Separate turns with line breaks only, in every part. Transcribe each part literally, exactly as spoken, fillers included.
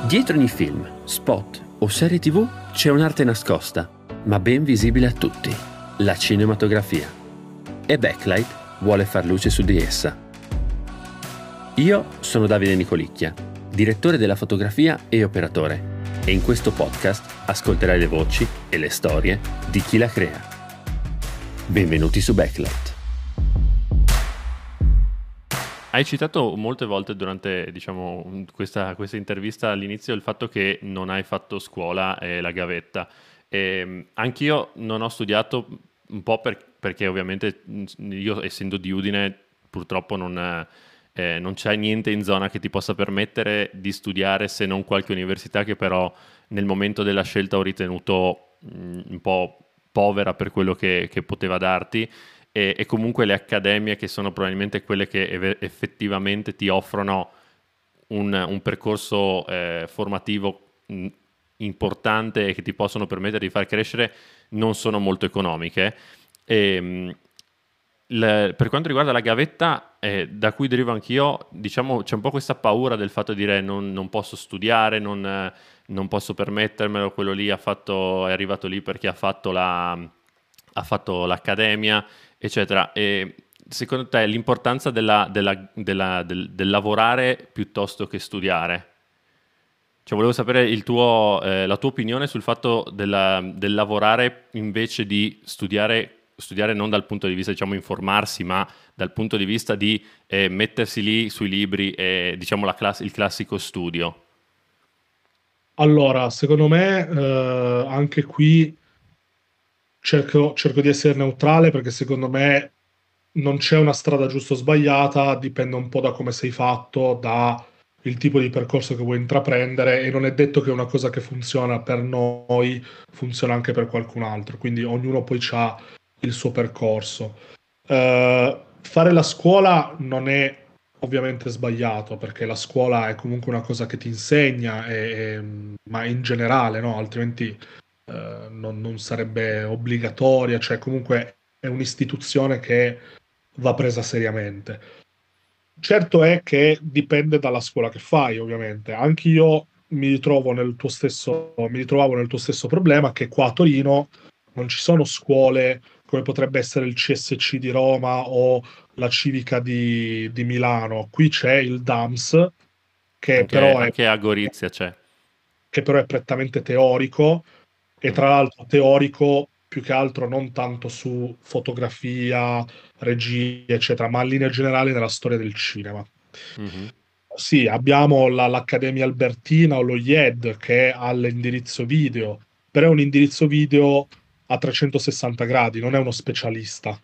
Dietro ogni film, spot o serie tivù c'è un'arte nascosta, ma ben visibile a tutti, la cinematografia. E Backlight vuole far luce su di essa. Io sono Davide Nicolicchia, direttore della fotografia e operatore, e in questo podcast ascolterai le voci e le storie di chi la crea. Benvenuti su Backlight.
Hai citato molte volte durante, diciamo, questa, questa intervista all'inizio il fatto che non hai fatto scuola e la gavetta. E anch'io non ho studiato, un po' per, perché ovviamente io, essendo di Udine, purtroppo non, eh, non c'è niente in zona che ti possa permettere di studiare, se non qualche università che però nel momento della scelta ho ritenuto mh, un po' povera per quello che, che poteva darti. E, e comunque le accademie, che sono probabilmente quelle che ev- effettivamente ti offrono un, un percorso eh, formativo mh, importante e che ti possono permettere di far crescere, non sono molto economiche. E, mh, le, per quanto riguarda la gavetta, eh, da cui derivo anch'io, diciamo c'è un po' questa paura del fatto di dire non, non posso studiare, non, eh, non posso permettermelo, quello lì ha fatto, è arrivato lì perché ha fatto la, ha fatto l'accademia, eccetera. E secondo te l'importanza della, della, della, del, del lavorare piuttosto che studiare? Cioè, volevo sapere il tuo, eh, la tua opinione sul fatto della- del lavorare invece di studiare, studiare non dal punto di vista, diciamo, informarsi, ma dal punto di vista di eh, mettersi lì sui libri e, diciamo, la class- il classico studio.
Allora, secondo me, eh, anche qui cerco, cerco di essere neutrale perché secondo me non c'è una strada giusta o sbagliata, dipende un po' da come sei fatto, da il tipo di percorso che vuoi intraprendere e non è detto che una cosa che funziona per noi funziona anche per qualcun altro, quindi ognuno poi ha il suo percorso. Eh, fare la scuola non è ovviamente sbagliato perché la scuola è comunque una cosa che ti insegna, e- e- ma in generale, no? Altrimenti eh, non, non sarebbe obbligatoria, cioè comunque è un'istituzione che va presa seriamente. Certo è che dipende dalla scuola che fai, ovviamente. Anch'io mi ritrovo nel tuo stesso, mi ritrovavo nel tuo stesso problema, che qua a Torino non ci sono scuole come potrebbe essere il C S C di Roma o la Civica di, di Milano. Qui c'è il D A M S, che
Anche,
però è,
anche a Gorizia c'è.
che però è prettamente teorico, e
Mm.
tra l'altro teorico più che altro non tanto su fotografia, regia, eccetera, ma in linea generale nella storia del cinema.
Mhm.
Sì, abbiamo la- l'Accademia Albertina o lo I E D che ha l'indirizzo video, però è un indirizzo video a trecentosessanta gradi, non è uno specialista.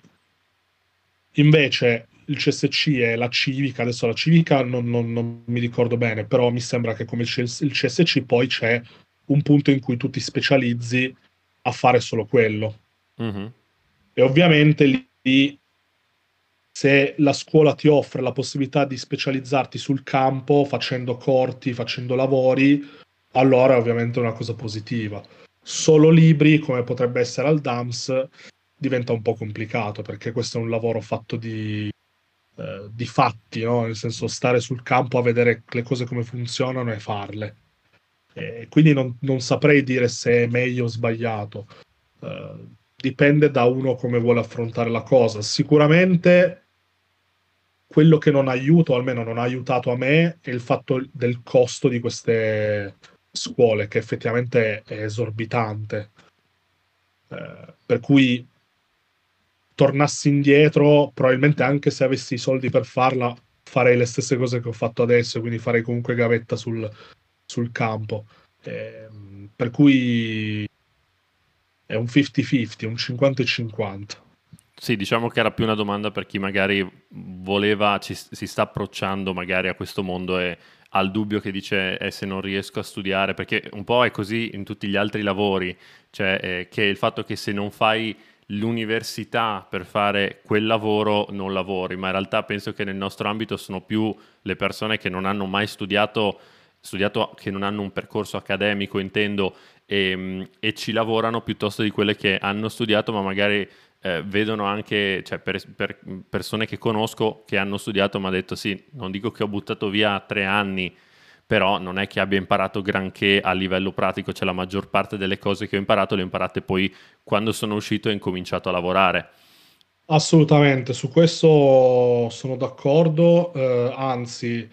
Invece il C S C e la Civica, adesso la Civica non, non- non mi ricordo bene, però mi sembra che come il C S il C S C poi c'è un punto in cui tu ti specializzi a fare solo quello.
Mhm.
E ovviamente lì, se la scuola ti offre la possibilità di specializzarti sul campo, facendo corti, facendo lavori, allora è ovviamente una cosa positiva. Solo libri, come potrebbe essere al D A M S, diventa un po' complicato perché questo è un lavoro fatto di, eh, di fatti, no? Nel senso stare sul campo a vedere le cose come funzionano e farle. E quindi non, non saprei dire se è meglio o sbagliato. Eh, dipende da uno come vuole affrontare la cosa. Sicuramente quello che non aiuta, o almeno non ha aiutato a me, è il fatto del costo di queste scuole, che effettivamente è esorbitante. Eh, per cui tornassi indietro, probabilmente anche se avessi i soldi per farla, farei le stesse cose che ho fatto adesso, quindi farei comunque gavetta sul, sul campo. Eh, per cui è un cinquanta cinquanta, un cinquanta e cinquanta.
Sì, diciamo che era più una domanda per chi magari voleva, ci, si sta approcciando magari a questo mondo e ha il dubbio che dice eh, se non riesco a studiare, perché un po' è così in tutti gli altri lavori, cioè eh, che il fatto che se non fai l'università per fare quel lavoro non lavori, ma in realtà penso che nel nostro ambito sono più le persone che non hanno mai studiato, studiato che non hanno un percorso accademico, intendo, e, e ci lavorano piuttosto di quelle che hanno studiato ma magari eh, vedono anche, cioè per, per persone che conosco che hanno studiato, mi ha detto sì, non dico che ho buttato via tre anni, però non è che abbia imparato granché a livello pratico, cioè la maggior parte delle cose che ho imparato le ho imparate poi quando sono uscito e ho incominciato a lavorare.
Assolutamente, su questo sono d'accordo, eh, anzi,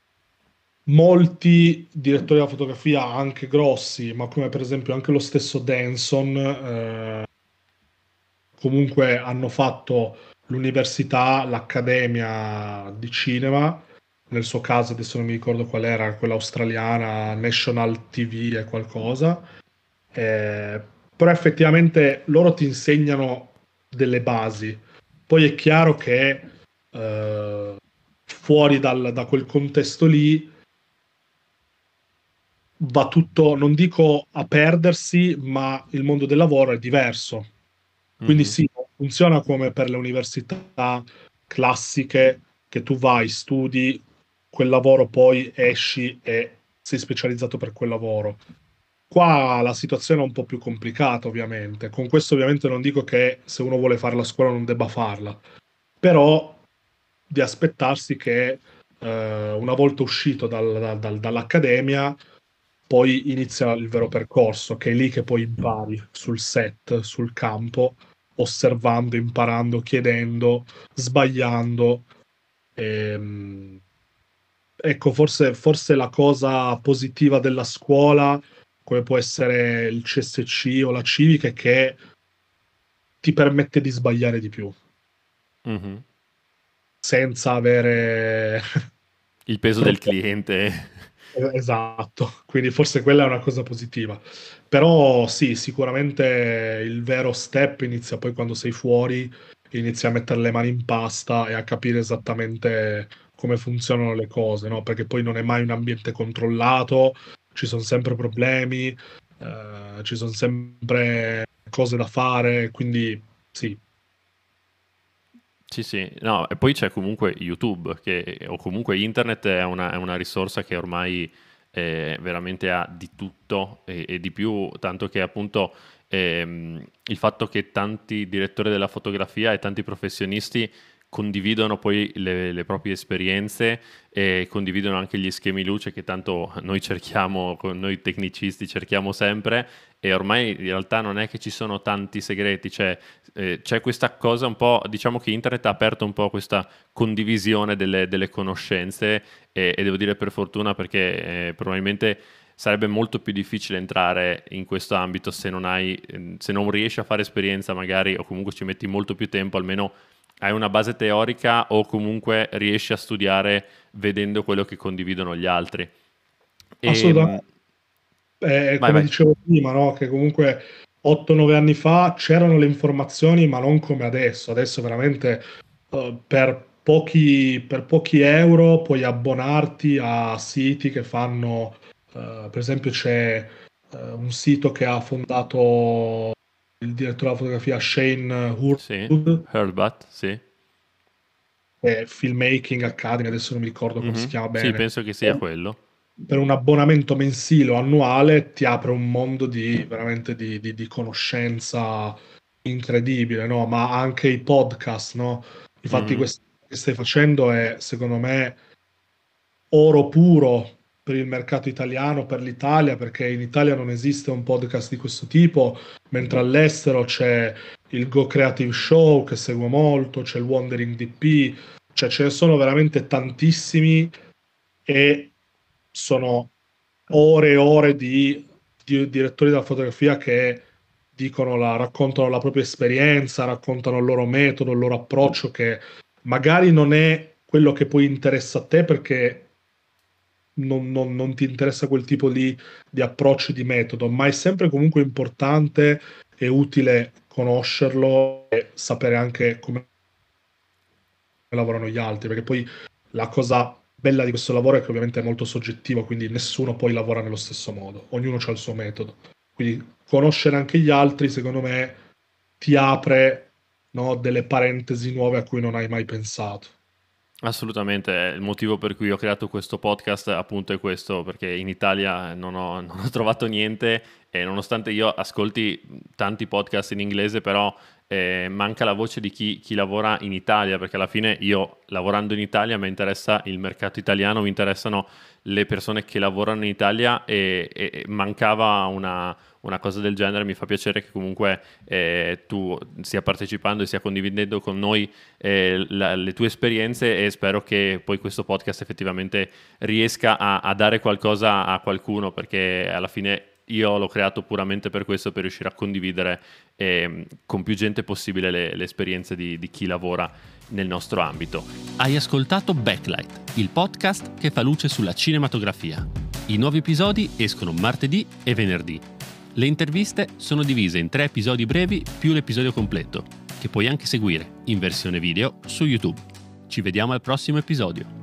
molti direttori della fotografia, anche grossi, ma come per esempio anche lo stesso Denson, eh, comunque hanno fatto l'università, l'accademia di cinema, nel suo caso adesso non mi ricordo qual era, quella australiana, National T V e qualcosa, eh, però effettivamente loro ti insegnano delle basi. Poi è chiaro che eh, fuori dal- da quel contesto lì va tutto, non dico a perdersi, ma il mondo del lavoro è diverso. Quindi
Mhm.
sì, non funziona come per le università classiche, che tu vai, studi quel lavoro, poi esci e sei specializzato per quel lavoro. Qua la situazione è un po' più complicata, ovviamente. Con questo ovviamente non dico che se uno vuole fare la scuola non debba farla, però di aspettarsi che eh, una volta uscito dal- dal- dall'accademia poi inizia il vero percorso, che è lì che poi impari sul set, sul campo, osservando, imparando, chiedendo, sbagliando. Ehm, ecco, forse, forse la cosa positiva della scuola, come può essere il C S C o la civica, è che ti permette di sbagliare di più,
Mhm.
senza avere
Il peso del
troppo.
cliente.
Eh, Esatto, quindi forse quella è una cosa positiva. Però sì, sicuramente il vero step inizia poi quando sei fuori, inizi a mettere le mani in pasta e a capire esattamente come funzionano le cose, no? Perché poi non è mai un ambiente controllato, ci sono sempre problemi, eh, ci sono sempre cose da fare, quindi sì,
Sì, sì, no, e poi c'è comunque YouTube, che, o comunque internet è una, è una risorsa che ormai eh, veramente ha di tutto e, e di più, tanto che appunto ehm, il fatto che tanti direttori della fotografia e tanti professionisti condividono poi le, le proprie esperienze e condividono anche gli schemi luce che tanto noi cerchiamo, con noi tecnicisti cerchiamo sempre, e ormai in realtà non è che ci sono tanti segreti, cioè eh, c'è questa cosa un po', diciamo che internet ha aperto un po' questa condivisione delle, delle conoscenze e, e devo dire per fortuna, perché eh, probabilmente sarebbe molto più difficile entrare in questo ambito se non hai, eh, se non riesci a fare esperienza magari, o comunque ci metti molto più tempo, almeno hai una base teorica o comunque riesci a studiare vedendo quello che condividono gli altri. E,
assolutamente. Eh,
vai,
come
vai.
dicevo prima, no? Che comunque otto nove anni fa c'erano le informazioni, ma non come adesso. Adesso veramente eh, per pochi, per pochi euro puoi abbonarti a siti che fanno, eh, per esempio c'è eh, un sito che ha fondato il direttore della fotografia Shane
Sì,
Hurwood,
Hurlbut, sì.
è Filmmaking Academy, adesso non mi ricordo come si
Mhm.
chiama
Sì,
bene.
penso che sia quello.
Per un abbonamento mensile o annuale ti apre un mondo di veramente di, di- di conoscenza incredibile, no? Ma anche i podcast, no? Infatti,
Mhm.
questo che stai facendo è, secondo me, oro puro per il mercato italiano, per l'Italia, perché in Italia non esiste un podcast di questo tipo, mentre all'estero c'è il Go Creative Show che seguo molto, c'è il Wandering D P, cioè ce ne sono veramente tantissimi e sono ore e ore di, di direttori della fotografia che dicono la, raccontano la propria esperienza, raccontano il loro metodo, il loro approccio, che magari non è quello che poi interessa a te perché non, non- non ti interessa quel tipo di, di approccio e di metodo, ma è sempre comunque importante e utile conoscerlo e sapere anche come lavorano gli altri, perché poi la cosa bella di questo lavoro è che ovviamente è molto soggettivo, quindi nessuno poi lavora nello stesso modo, ognuno ha il suo metodo. Quindi conoscere anche gli altri, secondo me, ti apre, no, delle parentesi nuove a cui non hai mai pensato.
Assolutamente, eh, il motivo per cui ho creato questo podcast appunto è questo, perché in Italia non ho, non ho trovato niente e nonostante io ascolti tanti podcast in inglese, però eh, manca la voce di chi, chi lavora in Italia, perché alla fine io lavorando in Italia mi interessa il mercato italiano, mi interessano le persone che lavorano in Italia e, e mancava una, una cosa del genere. Mi fa piacere che comunque eh, tu stia partecipando e stia condividendo con noi eh, la, le tue esperienze, e spero che poi questo podcast effettivamente riesca a, a dare qualcosa a qualcuno, perché alla fine io l'ho creato puramente per questo, per riuscire a condividere eh, con più gente possibile le, le esperienze di, di chi lavora nel nostro ambito.
Hai ascoltato Backlight, il podcast che fa luce sulla cinematografia. I nuovi episodi escono martedì e venerdì. Le interviste sono divise in tre episodi brevi più l'episodio completo, che puoi anche seguire in versione video su YouTube. Ci vediamo al prossimo episodio.